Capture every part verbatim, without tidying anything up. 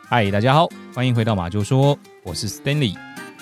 嗨，大家好，欢迎回到马廄说，我是 Stanley。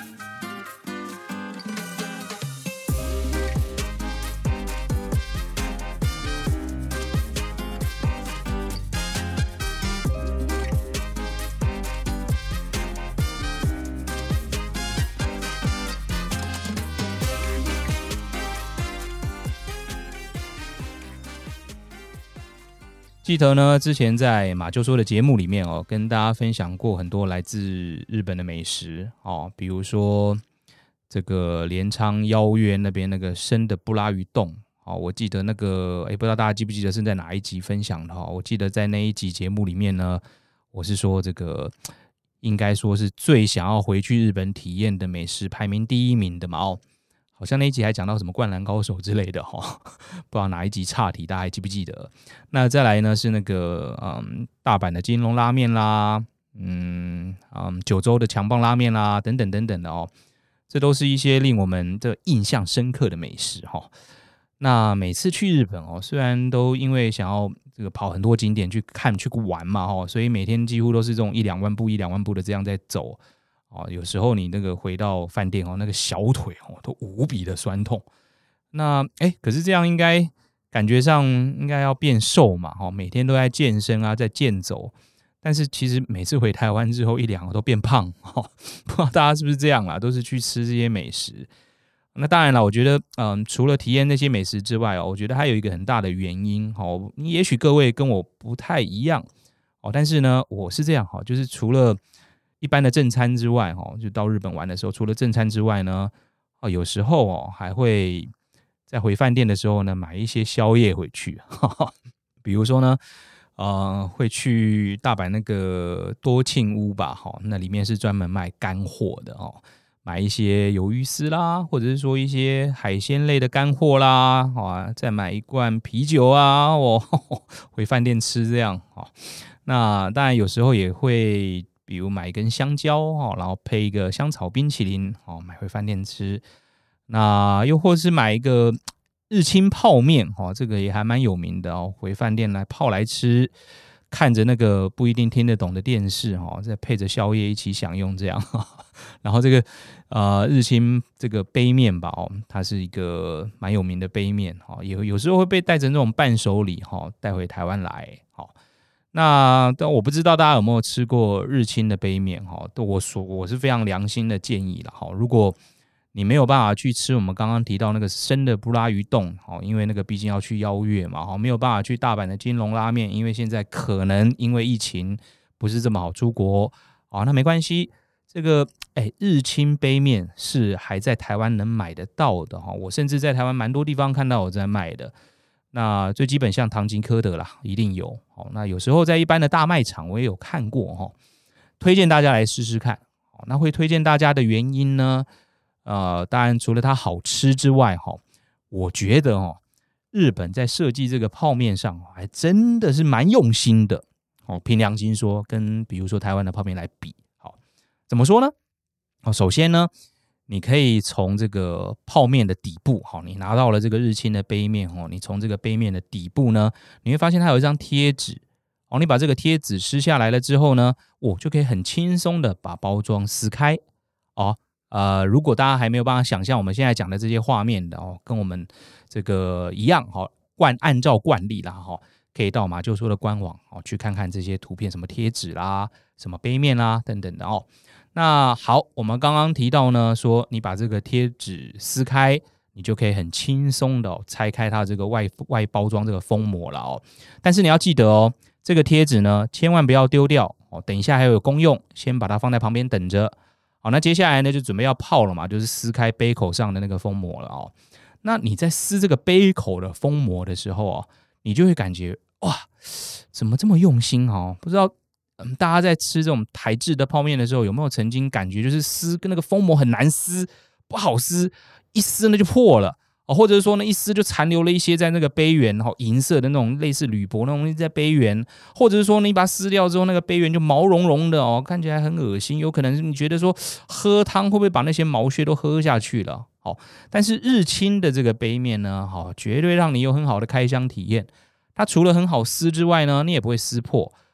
记得呢，之前在马廄说的节目里面哦，跟大家分享过很多来自日本的美食哦，比如说这个镰仓邀月那边那个生的布拉鱼冻哦，我记得那个诶不知道大家记不记得是在哪一集分享的哦？我记得在那一集节目里面呢，我是说这个应该说是最想要回去日本体验的美食排名第一名的嘛哦。好像那一集还讲到什么灌篮高手之类的哈、哦，不知道哪一集岔题，大家还记不记得？那再来呢是那个嗯大阪的金龙拉面啦，嗯嗯九州的强棒拉面啦，等等等等的哦，这都是一些令我们的印象深刻的美食哈、哦。那每次去日本哦，虽然都因为想要这个跑很多景点去看去玩嘛哦，所以每天几乎都是这种一两万步一两万步的这样在走。哦，有时候你那个回到饭店哦，那个小腿哦都无比的酸痛。那哎，可是这样应该感觉上应该要变瘦嘛，哦，每天都在健身啊，在健走。但是其实每次回台湾之后一两个都变胖，哦，不知道大家是不是这样啦？都是去吃这些美食。那当然了，我觉得嗯，除了体验那些美食之外哦，我觉得还有一个很大的原因哦，也许各位跟我不太一样哦，但是呢，我是这样哈，就是除了一般的正餐之外，就到日本玩的时候，除了正餐之外呢，有时候还会在回饭店的时候呢，买一些宵夜回去。比如说呢，呃，会去大阪那个多庆屋吧，那里面是专门卖干货的哦，买一些鱿鱼丝啦，或者是说一些海鲜类的干货啦，啊，再买一罐啤酒啊，我回饭店吃这样。那当然有时候也会比如买一根香蕉，然后配一个香草冰淇淋，买回饭店吃。那又或是买一个日清泡面，这个也还蛮有名的，回饭店来泡来吃，看着那个不一定听得懂的电视，再配着宵夜一起享用这样。然后这个呃日清这个杯面吧，它是一个蛮有名的杯面，有有时候会被带成这种伴手礼带回台湾来。那但我不知道大家有没有吃过日清的杯面，我说我是非常良心的建议啦，如果你没有办法去吃我们刚刚提到那个生的布拉鱼冻，因为那个毕竟要去邀月嘛，没有办法去大阪的金龙拉面，因为现在可能因为疫情不是这么好出国，那没关系，这个哎日清杯面是还在台湾能买得到的，我甚至在台湾蛮多地方看到我在卖的。那最基本像唐吉诃德啦，一定有。那有时候在一般的大卖场我也有看过，推荐大家来试试看。那会推荐大家的原因呢，呃，当然除了它好吃之外，我觉得日本在设计这个泡面上还真的是蛮用心的。凭良心说，跟比如说台湾的泡面来比，怎么说呢？首先呢，你可以从这个泡面的底部，你拿到了这个日清的杯面，你从这个杯面的底部呢，你会发现它有一张贴纸，你把这个贴纸撕下来了之后呢，我就可以很轻松的把包装撕开。呃，如果大家还没有办法想象我们现在讲的这些画面的，跟我们这个一样，惯按照惯例啦，可以到马廄说的官网去看看这些图片，什么贴纸啦，什么杯面啦等等的哦。那好，我们刚刚提到呢，说你把这个贴纸撕开，你就可以很轻松的、哦、拆开它这个外外包装这个封膜了哦。但是你要记得哦，这个贴纸呢，千万不要丢掉哦。等一下还有功用，先把它放在旁边等着。好，那接下来呢，就准备要泡了嘛，就是撕开杯口上的那个封膜了哦。那你在撕这个杯口的封膜的时候哦，你就会感觉哇，怎么这么用心哦？不知道。嗯、大家在吃这种台制的泡面的时候，有没有曾经感觉就是撕跟那个封膜很难撕，不好撕，一撕呢就破了，哦、或者是说呢一撕就残留了一些在那个杯缘，哦、银色的那种类似铝箔那种东西在杯缘，或者是说你把它撕掉之后，那个杯缘就毛茸茸的哦，看起来很恶心，有可能是你觉得说喝汤会不会把那些毛屑都喝下去了？好，但是日清的这个杯面呢，好，绝对让你有很好的开箱体验。它除了很好撕之外呢，你也不会撕破。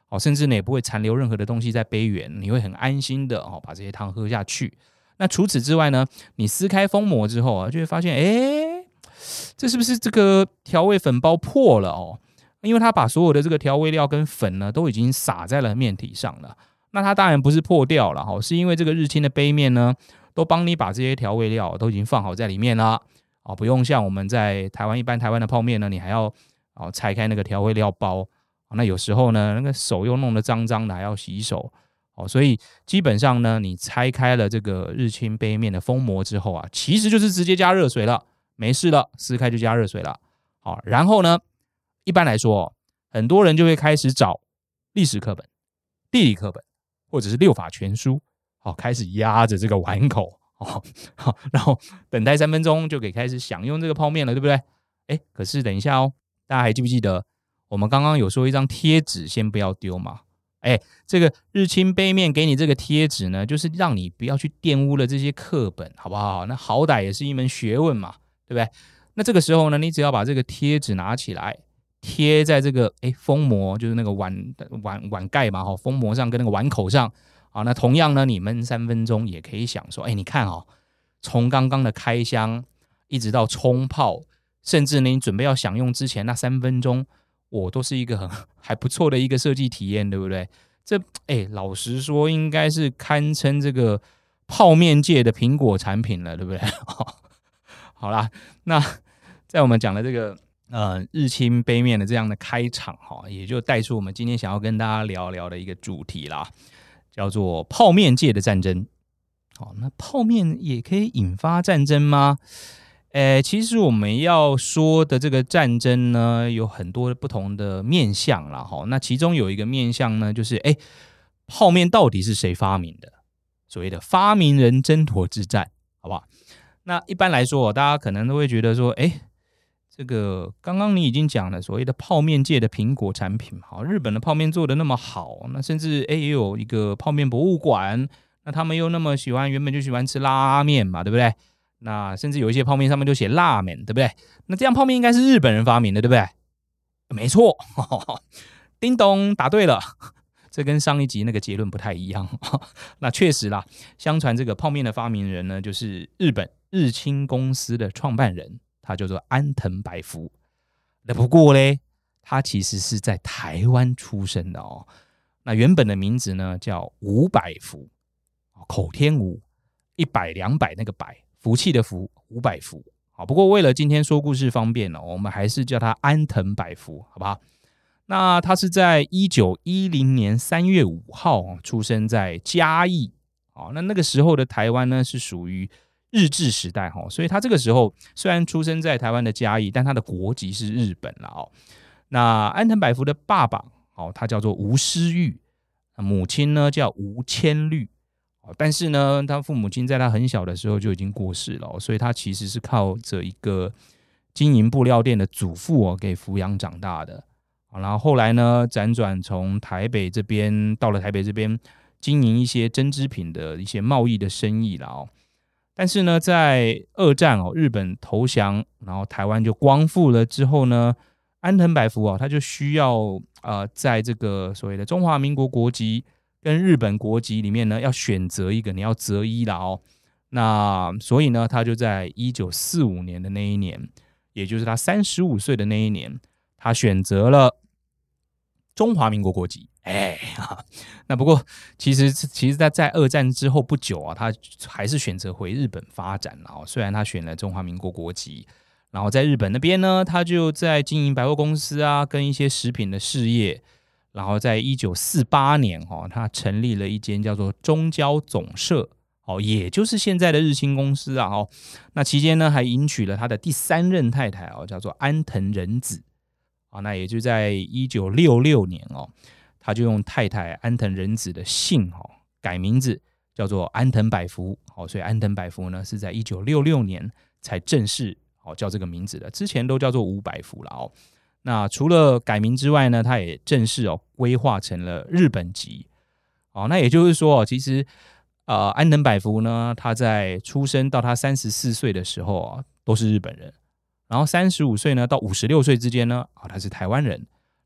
哦，甚至呢也不会残留任何的东西在杯缘，你会很安心的哦把这些汤喝下去。那除此之外呢，你撕开封膜之后啊，就会发现，哎，这是不是这个调味粉包破了哦？因为它把所有的这个调味料跟粉呢都已经撒在了面体上了。那它当然不是破掉了哈，是因为这个日清的杯面呢都帮你把这些调味料都已经放好在里面了哦，不用像我们在台湾一般台湾的泡面呢，你还要哦拆开那个调味料包，那有时候呢那个手又弄得脏脏的，还要洗手。哦，所以基本上呢，你拆开了这个日清杯面的封膜之后啊，其实就是直接加热水了，没事了，撕开就加热水了。好，然后呢，一般来说，很多人就会开始找历史课本、地理课本，或者是六法全书，好，开始压着这个碗口，哦，好，然后等待三分钟就可以开始享用这个泡面了，对不对？哎，可是等一下哦，大家还记不记得我们刚刚有说一张贴纸先不要丢嘛？哎，这个日清杯面给你这个贴纸呢，就是让你不要去玷污了这些课本，好不好？那好歹也是一门学问嘛，对不对？那这个时候呢，你只要把这个贴纸拿起来，贴在这个哎封膜，就是那个碗碗碗盖嘛，哈，封膜上跟那个碗口上啊。那同样呢，你焖三分钟也可以享受。哎，你看哦，从刚刚的开箱一直到冲泡，甚至呢你准备要享用之前那三分钟。我、哦、都是一个很还不错的一个设计体验，对不对？这哎，老实说，应该是堪称这个泡面界的苹果产品了，对不对？好啦，那在我们讲的这个呃日清杯面的这样的开场哈，也就带出我们今天想要跟大家聊聊的一个主题啦，叫做泡面界的战争。好，那泡面也可以引发战争吗？诶，其实我们要说的这个战争呢，有很多不同的面向啦。那其中有一个面向呢，就是诶，泡面到底是谁发明的？所谓的发明人争夺之战，好不好？那一般来说，大家可能都会觉得说，诶，这个刚刚你已经讲了所谓的泡面界的苹果产品，好，日本的泡面做得那么好，那甚至诶也有一个泡面博物馆，那他们又那么喜欢，原本就喜欢吃拉面嘛，对不对？那甚至有一些泡面上面就写拉面，对不对？那这样泡面应该是日本人发明的，对不对？没错，叮咚，答对了。这跟上一集那个结论不太一样。那确实啦，相传这个泡面的发明人呢，就是日本日清公司的创办人，他叫做安藤百福。那不过呢，他其实是在台湾出生的哦。那原本的名字呢叫吴百福，口天吴，一百两百那个百。福气的福，吴百福。好，不过为了今天说故事方便、哦、我们还是叫他安藤百福，好不好？那他是在一九一零年三月五号、哦、出生在嘉义、哦、那那个时候的台湾呢是属于日治时代、哦、所以他这个时候虽然出生在台湾的嘉义，但他的国籍是日本啦、哦、那安藤百福的爸爸、哦、他叫做吴诗玉，母亲呢叫吴千绿。但是呢，他父母亲在他很小的时候就已经过世了，所以他其实是靠着一个经营布料店的祖父、哦、给抚养长大的。然后后来呢，辗转从台北这边到了台北这边经营一些针织品的一些贸易的生意啦、哦。但是呢，在二战、哦、日本投降，然后台湾就光复了之后呢，安藤百福、哦、他就需要、呃、在这个所谓的中华民国国籍跟日本国籍里面呢，要选择一个，你要择一啦哦。那所以呢，他就在一九四五年的那一年，也就是他三十五岁的那一年，他选择了中华民国国籍。哎，那不过其实其实在在二战之后不久啊，他还是选择回日本发展了、哦。虽然他选了中华民国国籍，然后在日本那边呢，他就在经营百货公司啊，跟一些食品的事业。然后在一九四八年、哦、他成立了一间叫做中交总社、哦、也就是现在的日清公司啊、哦、那期间呢还迎娶了他的第三任太太、哦、叫做安藤仁子、哦、那也就在一九六六年、哦、他就用太太安藤仁子的姓、哦、改名字叫做安藤百福、哦、所以安藤百福呢是在一九六六年才正式、哦、叫这个名字的，之前都叫做吴百福了哦。那除了改名之外呢，他也正式哦规划成了日本籍。哦，那也就是说，其实呃安藤百福呢，他在出生到他三十四岁的时候啊，都是日本人。然后三十五岁呢到五十六岁之间呢，啊他是台湾人。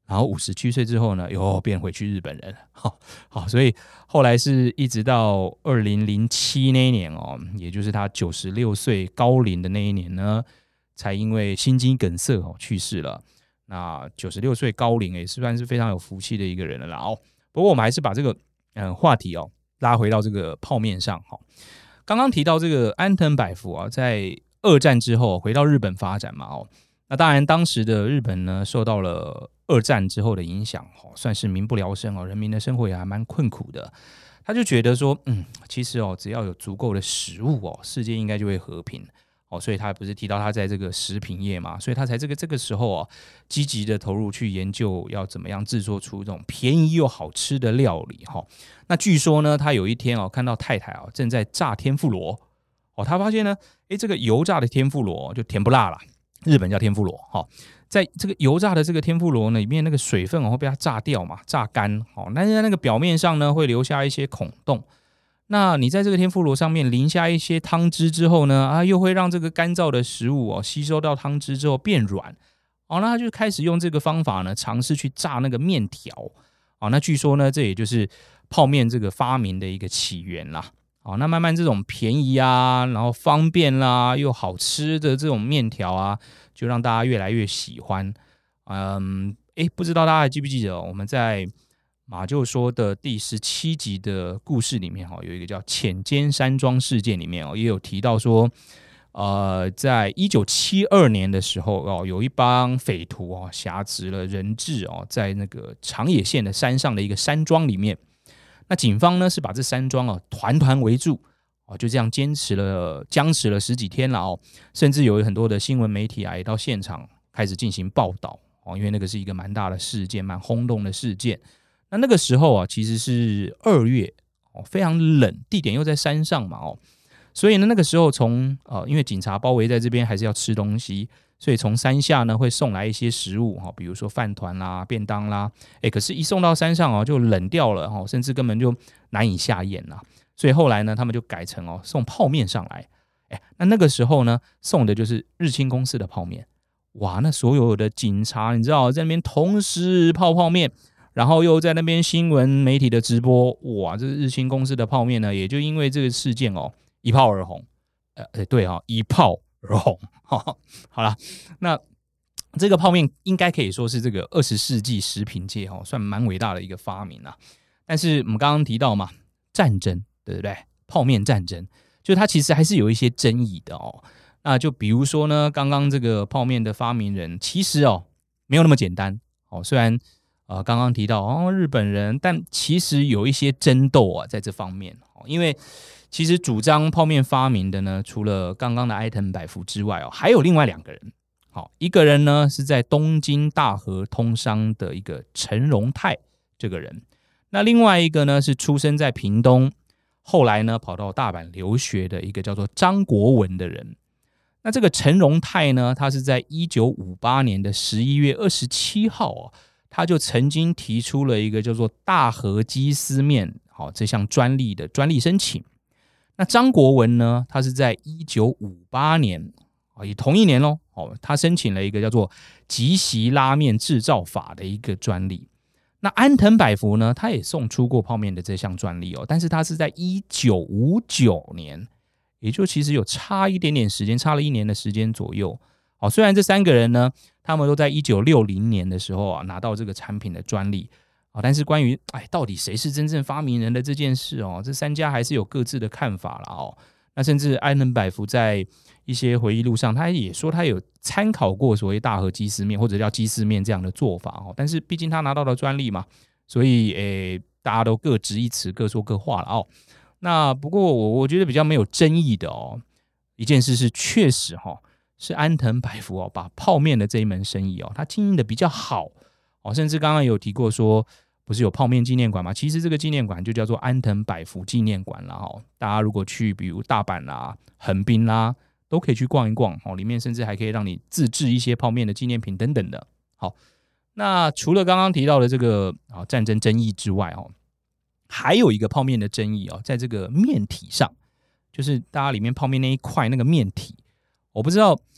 然后五十七岁之后呢，又变回去日本人了。好，好，所以后来是一直到二零零七那一年哦，也就是他九十六岁高龄的那一年呢，才因为心肌梗塞哦去世了。那九十六岁高龄也算是非常有福气的一个人了啦。哦，不过我们还是把这个嗯话题哦拉回到这个泡面上哈。刚刚提到这个安藤百福啊，在二战之后回到日本发展嘛哦。那当然，当时的日本呢，受到了二战之后的影响，算是民不聊生哦，人民的生活也还蛮困苦的。他就觉得说，嗯，其实哦，只要有足够的食物哦，世界应该就会和平哦。所以他不是提到他在这个食品业嘛，所以他才这个这个时候哦，积极的投入去研究要怎么样制作出这种便宜又好吃的料理哈。那据说呢，他有一天哦，看到太太哦正在炸天妇罗哦，他发现呢，哎，这个油炸的天妇罗就甜不辣啦。日本叫天妇罗，在这个油炸的这个天妇罗呢里面，那个水分会被它炸掉嘛，炸干，那在那个表面上呢会留下一些孔洞。那你在这个天妇罗上面淋下一些汤汁之后呢，啊，又会让这个干燥的食物哦吸收到汤汁之后变软。哦，那他就开始用这个方法呢，尝试去炸那个面条。哦，那据说呢，这也就是泡面这个发明的一个起源啦。好，那慢慢这种便宜啊，然后方便啦，又好吃的这种面条啊，就让大家越来越喜欢。嗯，哎，不知道大家还记不记得、哦、我们在马厩说的第十七集的故事里面、哦、有一个叫浅间山庄事件里面、哦、也有提到说，呃，在一九七二年的时候、哦、有一帮匪徒、哦、挟持了人质、哦、在那个长野县的山上的一个山庄里面。那警方呢是把这山庄哦团团围住哦，就这样坚持了僵持了十几天了哦，甚至有很多的新闻媒体啊也到现场开始进行报道哦，因为那个是一个蛮大的事件，蛮轰动的事件。那那个时候啊，其实是二月哦，非常冷，地点又在山上嘛哦，所以呢那个时候从呃，因为警察包围在这边，还是要吃东西。所以从山下呢会送来一些食物，比如说饭团啦、便当啦，欸、可是一送到山上就冷掉了，甚至根本就难以下咽啦。所以后来呢，他们就改成送泡面上来。欸、那那个时候呢，送的就是日清公司的泡面。哇，那所有的警察你知道在那边同时泡泡面，然后又在那边新闻媒体的直播，哇，这日清公司的泡面呢，也就因为这个事件哦，一炮而红。呃，对哈、哦，一炮而红。好啦，那这个泡面应该可以说是这个二十世纪食品界算蛮伟大的一个发明啦。但是我们刚刚提到嘛，战争对不对？泡面战争，就它其实还是有一些争议的哦。那就比如说呢，刚刚这个泡面的发明人其实哦没有那么简单哦。虽然呃刚刚提到哦日本人，但其实有一些争斗啊在这方面哦，因为其实主张泡面发明的呢，除了刚刚的安藤百福之外哦，还有另外两个人。好，一个人呢是在东京大和通商的一个陈荣泰这个人，那另外一个呢是出生在屏东，后来呢跑到大阪留学的一个叫做张国文的人。那这个陈荣泰呢，他是在一九五八年的十一月二十七号哦，他就曾经提出了一个叫做大和鸡丝面好这项专利的专利申请。那张国文呢，他是在一九五八年也同一年咯，他申请了一个叫做即席拉面制造法的一个专利。那安藤百福呢，他也送出过泡面的这项专利哦，但是他是在一九五九年，也就其实有差一点点时间，差了一年的时间左右。好，虽然这三个人呢，他们都在一九六零年的时候啊拿到这个产品的专利。但是关于哎，到底谁是真正发明人的这件事哦，这三家还是有各自的看法啦哦。那甚至安藤百福在一些回忆录上，他也说他有参考过所谓大和鸡丝面或者叫鸡丝面这样的做法哦。但是毕竟他拿到了专利嘛，所以诶，大家都各执一词，各说各话了哦。那不过我我觉得比较没有争议的哦，一件事是确实哈、哦，是安藤百福哦，把泡面的这一门生意哦，他经营的比较好。哦，甚至刚刚有提过说，不是有泡面纪念馆吗？其实这个纪念馆就叫做安藤百福纪念馆啦。哦，大家如果去比如大阪啦、横滨啦，都可以去逛一逛。哦，里面甚至还可以让你自制一些泡面的纪念品等等的。好，那除了刚刚提到的这个、哦、战争争议之外哦，还有一个泡面的争议哦，在这个面体上，就是大家里面泡面那一块那个面体，我不知道。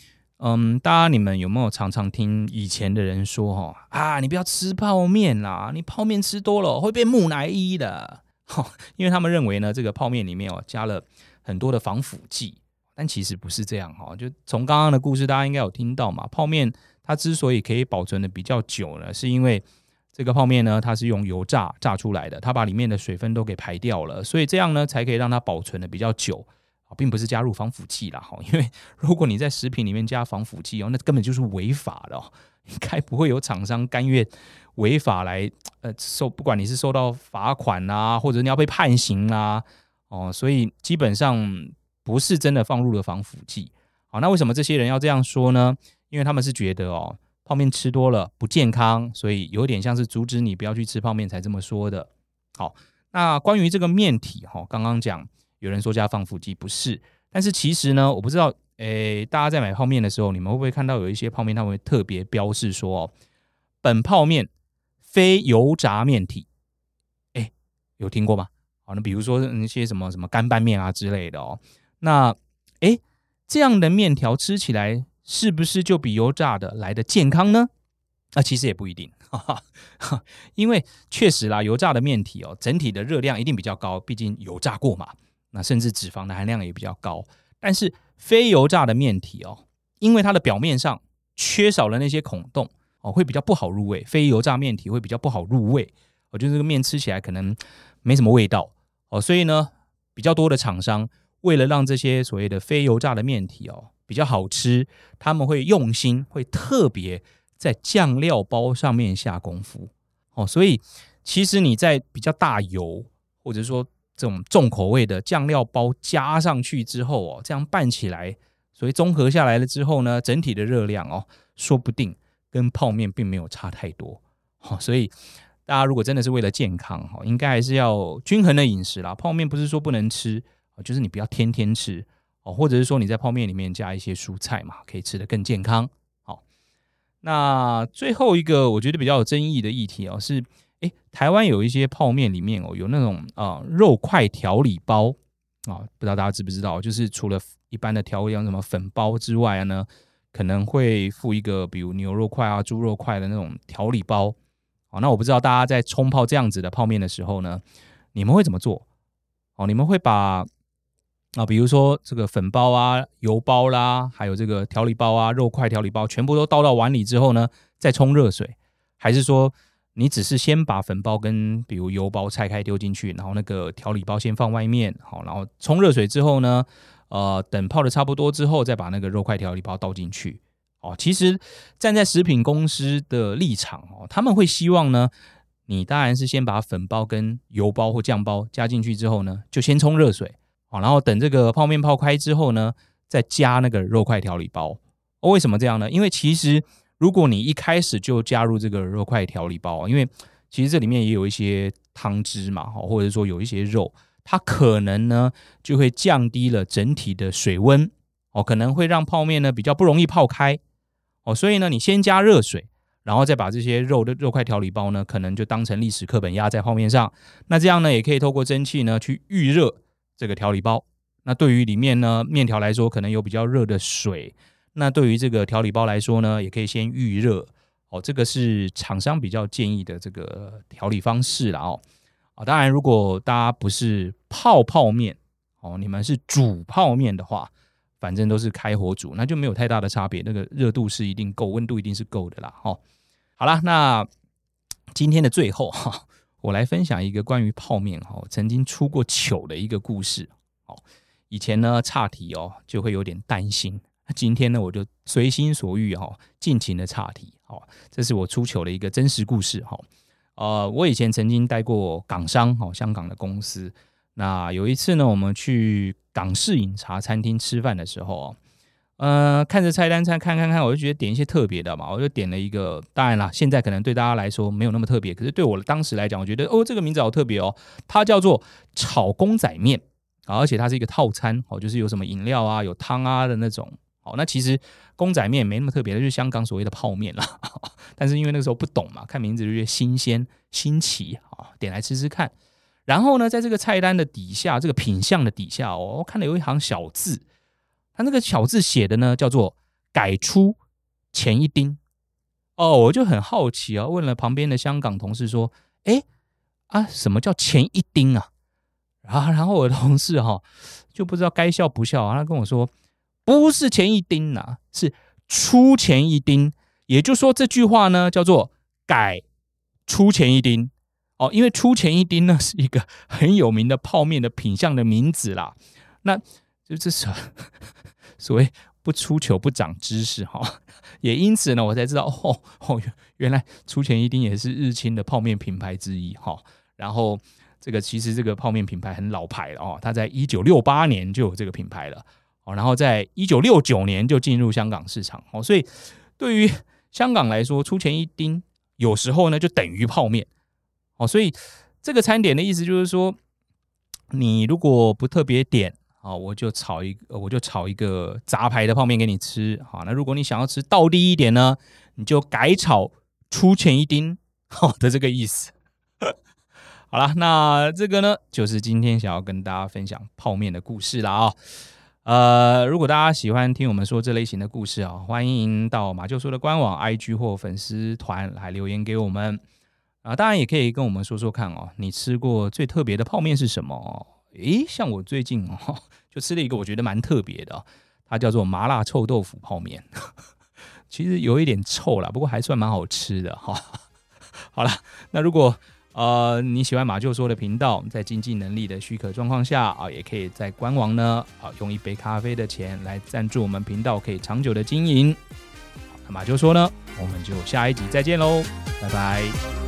嗯，大家你们有没有常常听以前的人说哦啊，你不要吃泡面啦，你泡面吃多了会变木乃伊的，哦，因为他们认为呢，这个泡面里面哦加了很多的防腐剂，但其实不是这样哈。就从刚刚的故事，大家应该有听到嘛，泡面它之所以可以保存的比较久呢，是因为这个泡面呢，它是用油炸炸出来的，它把里面的水分都给排掉了，所以这样呢才可以让它保存的比较久。并不是加入防腐剂啦，因为如果你在食品里面加防腐剂，那根本就是违法的，应该不会有厂商甘愿违法来呃受，不管你是受到罚款啊，或者你要被判刑啦，哦，所以基本上不是真的放入了防腐剂。好，那为什么这些人要这样说呢？因为他们是觉得哦，泡面吃多了不健康，所以有点像是阻止你不要去吃泡面才这么说的。好，那关于这个面体，刚刚讲。有人说加防腐剂，不是，但是其实呢，我不知道，诶，大家在买泡面的时候，你们会不会看到有一些泡面，他们会特别标示说，哦，本泡面非油炸面体，诶，有听过吗？好，那比如说那些什么什么干拌面啊之类的哦，那诶，这样的面条吃起来是不是就比油炸的来的健康呢？啊，其实也不一定，哈哈，因为确实啦，油炸的面体哦，整体的热量一定比较高，毕竟油炸过嘛。那甚至脂肪的含量也比较高，但是非油炸的面体哦，因为它的表面上缺少了那些孔洞哦，会比较不好入味。非油炸面体会比较不好入味，我觉得这个面吃起来可能没什么味道哦，所以呢，比较多的厂商为了让这些所谓的非油炸的面体哦比较好吃，他们会用心，会特别在酱料包上面下功夫哦，所以其实你在比较大油或者说这种重口味的酱料包加上去之后哦，这样拌起来，所以综合下来了之后呢，整体的热量哦，说不定跟泡面并没有差太多。哦，所以大家如果真的是为了健康，哦，应该还是要均衡的饮食啦。泡面不是说不能吃，就是你不要天天吃哦，或者是说你在泡面里面加一些蔬菜嘛，可以吃得更健康。好，那最后一个我觉得比较有争议的议题哦是。诶，台湾有一些泡面里面哦，有那种啊、呃、肉块调理包啊、哦，不知道大家知不知道？就是除了一般的调理像什么粉包之外呢，可能会附一个比如牛肉块啊、猪肉块的那种调理包。哦，那我不知道大家在冲泡这样子的泡面的时候呢，你们会怎么做？哦，你们会把啊，比如说这个粉包啊、油包啦，还有这个调理包啊、肉块调理包，全部都倒到碗里之后呢，再冲热水，还是说？你只是先把粉包跟比如油包拆开丢进去，然后那个调理包先放外面，好，然后冲热水之后呢，呃，等泡的差不多之后，再把那个肉块调理包倒进去。哦，其实站在食品公司的立场哦，他们会希望呢，你当然是先把粉包跟油包或酱包加进去之后呢，就先冲热水，好，然后等这个泡面泡开之后呢，再加那个肉块调理包。哦，为什么这样呢？因为其实如果你一开始就加入这个肉块调理包，因为其实这里面也有一些汤汁嘛，或者说有一些肉，它可能呢就会降低了整体的水温，可能会让泡面呢比较不容易泡开，所以呢你先加热水，然后再把这些肉的肉块调理包呢可能就当成历史课本压在泡面上，那这样呢也可以透过蒸汽呢去预热这个调理包，那对于里面呢面条来说可能有比较热的水，那对于这个调理包来说呢，也可以先预热哦，这个是厂商比较建议的这个调理方式啦哦。啊，当然如果大家不是泡泡面哦，你们是煮泡面的话，反正都是开火煮，那就没有太大的差别，那个热度是一定够，温度一定是够的啦哦。好啦，那今天的最后哈，我来分享一个关于泡面哈曾经出过糗的一个故事。哦，以前呢岔题哦，就会有点担心。今天呢，我就随心所欲哈，尽情的岔题。好，这是我出糗的一个真实故事哈。呃，我以前曾经待过港商哈，香港的公司。那有一次呢，我们去港式饮茶餐厅吃饭的时候，呃，看着菜单看看看看，我就觉得点一些特别的嘛，我就点了一个。当然啦，现在可能对大家来说没有那么特别，可是对我当时来讲，我觉得哦，这个名字好特别哦，它叫做炒公仔面，而且它是一个套餐哦，就是有什么饮料啊、有汤啊的那种。好，那其实公仔面没那么特别的，就是香港所谓的泡面啦。但是因为那个时候不懂嘛，看名字就觉得新鲜新奇啊，点来吃吃看。然后呢，在这个菜单的底下，这个品项的底下哦，我看到有一行小字，它那个小字写的呢叫做改出前一丁。哦，我就很好奇啊，问了旁边的香港同事说：“哎啊，什么叫前一丁啊？”然后，然后我的同事哈、哦、就不知道该笑不笑啊，他跟我说：“不是前一丁啊，是出前一丁。”也就是说，这句话呢叫做改出前一丁哦，因为出前一丁呢是一个很有名的泡面的品项的名字啦。那就这是所谓不出糗不长知识哈、哦，也因此呢，我才知道哦哦，原来出前一丁也是日清的泡面品牌之一哈、哦。然后这个其实这个泡面品牌很老牌了哦，它在一九六八年就有这个品牌了哦，然后在一九六九年就进入香港市场哦，所以对于香港来说，出前一丁有时候呢就等于泡面哦，所以这个餐点的意思就是说，你如果不特别点啊，我就炒一个，我就炒一个杂牌的泡面给你吃。好，那如果你想要吃道地一点呢，你就改炒出前一丁好的这个意思。好啦，那这个呢，就是今天想要跟大家分享泡面的故事啦啊、哦。呃，如果大家喜欢听我们说这类型的故事啊、哦，欢迎到马廄说的官网、I G 或粉丝团来留言给我们啊。当然也可以跟我们说说看哦，你吃过最特别的泡面是什么、哦？诶，像我最近哦，就吃了一个我觉得蛮特别的、哦，它叫做麻辣臭豆腐泡面。其实有一点臭啦，不过还算蛮好吃的哈、哦。好啦，那如果呃你喜欢马廄说的频道，在经济能力的许可状况下啊，也可以在官网呢啊用一杯咖啡的钱来赞助我们频道，可以长久的经营。那马廄说呢，我们就下一集再见喽，拜拜。